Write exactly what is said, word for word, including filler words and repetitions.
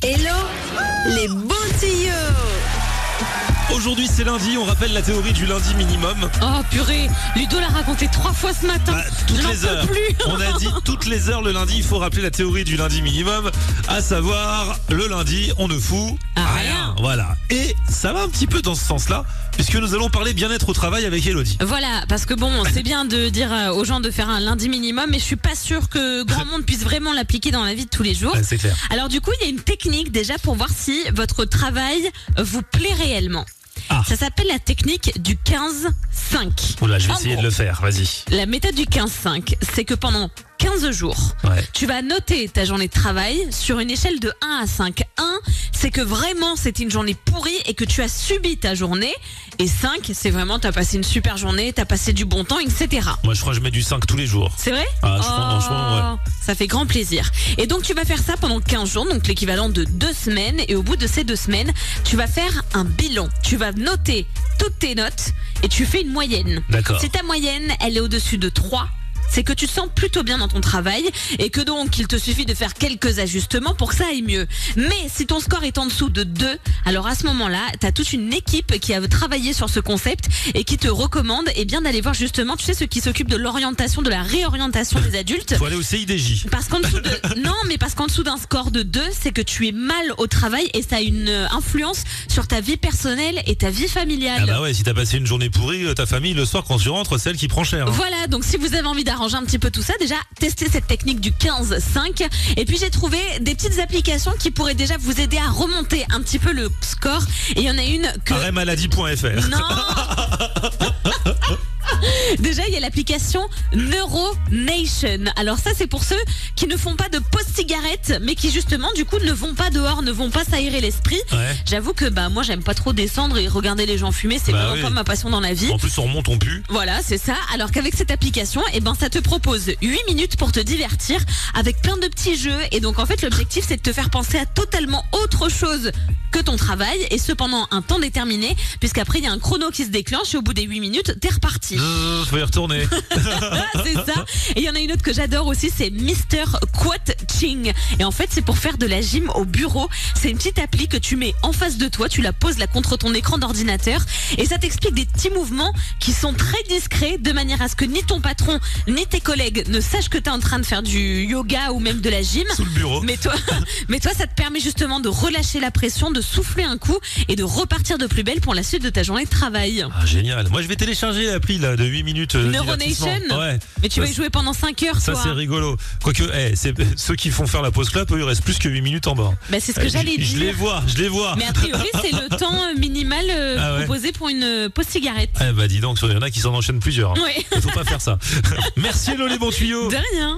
Hello, les bons tuyaux. Aujourd'hui c'est lundi, on rappelle la théorie du lundi minimum. Oh purée, Ludo l'a raconté trois fois ce matin. Bah, toutes Je n'en les peux heures. plus. On a dit toutes les heures le lundi, il faut rappeler la théorie du lundi minimum, à savoir le lundi on ne fout Ah, rien. rien. Voilà. Et ça va un petit peu dans ce sens-là, puisque nous allons parler bien-être au travail avec Elodie. Voilà, parce que bon, c'est bien de dire euh, aux gens de faire un lundi minimum, mais je suis pas sûre que grand monde puisse vraiment l'appliquer dans la vie de tous les jours. Ouais, c'est clair. Alors du coup, il y a une technique déjà pour voir si votre travail vous plaît réellement. Ah. Ça s'appelle la technique du quinze cinq. Oula, je vais En essayer gros, de le faire, vas-y. La méthode du quinze cinq, c'est que pendant quinze jours, Ouais. tu vas noter ta journée de travail sur une échelle de un à cinq. un, c'est que vraiment c'était une journée pourrie et que tu as subi ta journée. Et cinq, c'est vraiment t'as passé une super journée, t'as passé du bon temps, et cetera. Moi je crois que je mets du cinq tous les jours. C'est vrai? Ah, je crois, franchement, ouais. Ça fait grand plaisir. Et donc tu vas faire ça pendant quinze jours, donc l'équivalent de deux semaines. Et au bout de ces deux semaines, tu vas faire un bilan. Tu vas noter toutes tes notes et tu fais une moyenne. D'accord. Si ta moyenne, elle est au-dessus de trois, c'est que tu te sens plutôt bien dans ton travail et que donc il te suffit de faire quelques ajustements pour que ça aille mieux. Mais si ton score est en dessous de deux, alors à ce moment-là, tu as toute une équipe qui a travaillé sur ce concept et qui te recommande eh bien d'aller voir justement, tu sais, ceux qui s'occupent de l'orientation, de la réorientation des adultes. Faut aller au C I D J. Parce qu'en dessous de non, mais parce qu'en dessous d'un score de deux, c'est que tu es mal au travail et ça a une euh, influence sur ta vie personnelle et ta vie familiale. Ah bah ouais, si t'as passé une journée pourrie, ta famille le soir quand tu rentres, c'est elle qui prend cher. Hein. Voilà, donc si vous avez envie d'arranger un petit peu tout ça, déjà testez cette technique du quinze cinq. Et puis j'ai trouvé des petites applications qui pourraient déjà vous aider à remonter un petit peu le score. Et il y en a une que... arrêt maladie point F R. Non. Déjà, il y a l'application Neuronation. Alors ça, c'est pour ceux qui ne font pas de pause-cigarette, mais qui justement, du coup, ne vont pas dehors, ne vont pas s'aérer l'esprit. Ouais. J'avoue que bah moi, j'aime pas trop descendre et regarder les gens fumer. C'est Bah vraiment oui. pas ma passion dans la vie. En plus on remonte, on pue. Voilà, c'est ça. Alors qu'avec cette application, eh ben, ça te propose huit minutes pour te divertir avec plein de petits jeux. Et donc, en fait, l'objectif, c'est de te faire penser à totalement autre chose que ton travail. Et ce, pendant un temps déterminé, puisqu'après, il y a un chrono qui se déclenche et au bout des huit minutes, t'es reparti. Euh, faut y retourner. C'est ça. Et il y en a une autre que j'adore aussi, c'est Mister Quat-Ching. Et en fait, c'est pour faire de la gym au bureau. C'est une petite appli que tu mets en face de toi, tu la poses là contre ton écran d'ordinateur et ça t'explique des petits mouvements qui sont très discrets de manière à ce que ni ton patron ni tes collègues ne sachent que t'es en train de faire du yoga ou même de la gym. Sous le bureau. Mais toi, mais toi, ça te permet justement de relâcher la pression, de souffler un coup et de repartir de plus belle pour la suite de ta journée de travail. Ah, génial. Moi je vais télécharger l'appli là de huit minutes. Euh, Neuronation. divertissement. Ouais. Mais tu vas y jouer pendant cinq heures, Ça toi. c'est rigolo. Quoique, eh, c'est, ceux qui font faire la pause clope, eux, il reste plus que huit minutes en bas. Bah, c'est ce que Eh, j'allais je, dire. je les vois, je les vois. Mais a priori, c'est le temps minimal euh, Ah ouais. proposé pour une euh, pause cigarette. Eh bah dis donc, il y en a qui s'en enchaînent plusieurs. Ouais. Il faut pas faire ça. Merci Hello les bons tuyaux. De rien.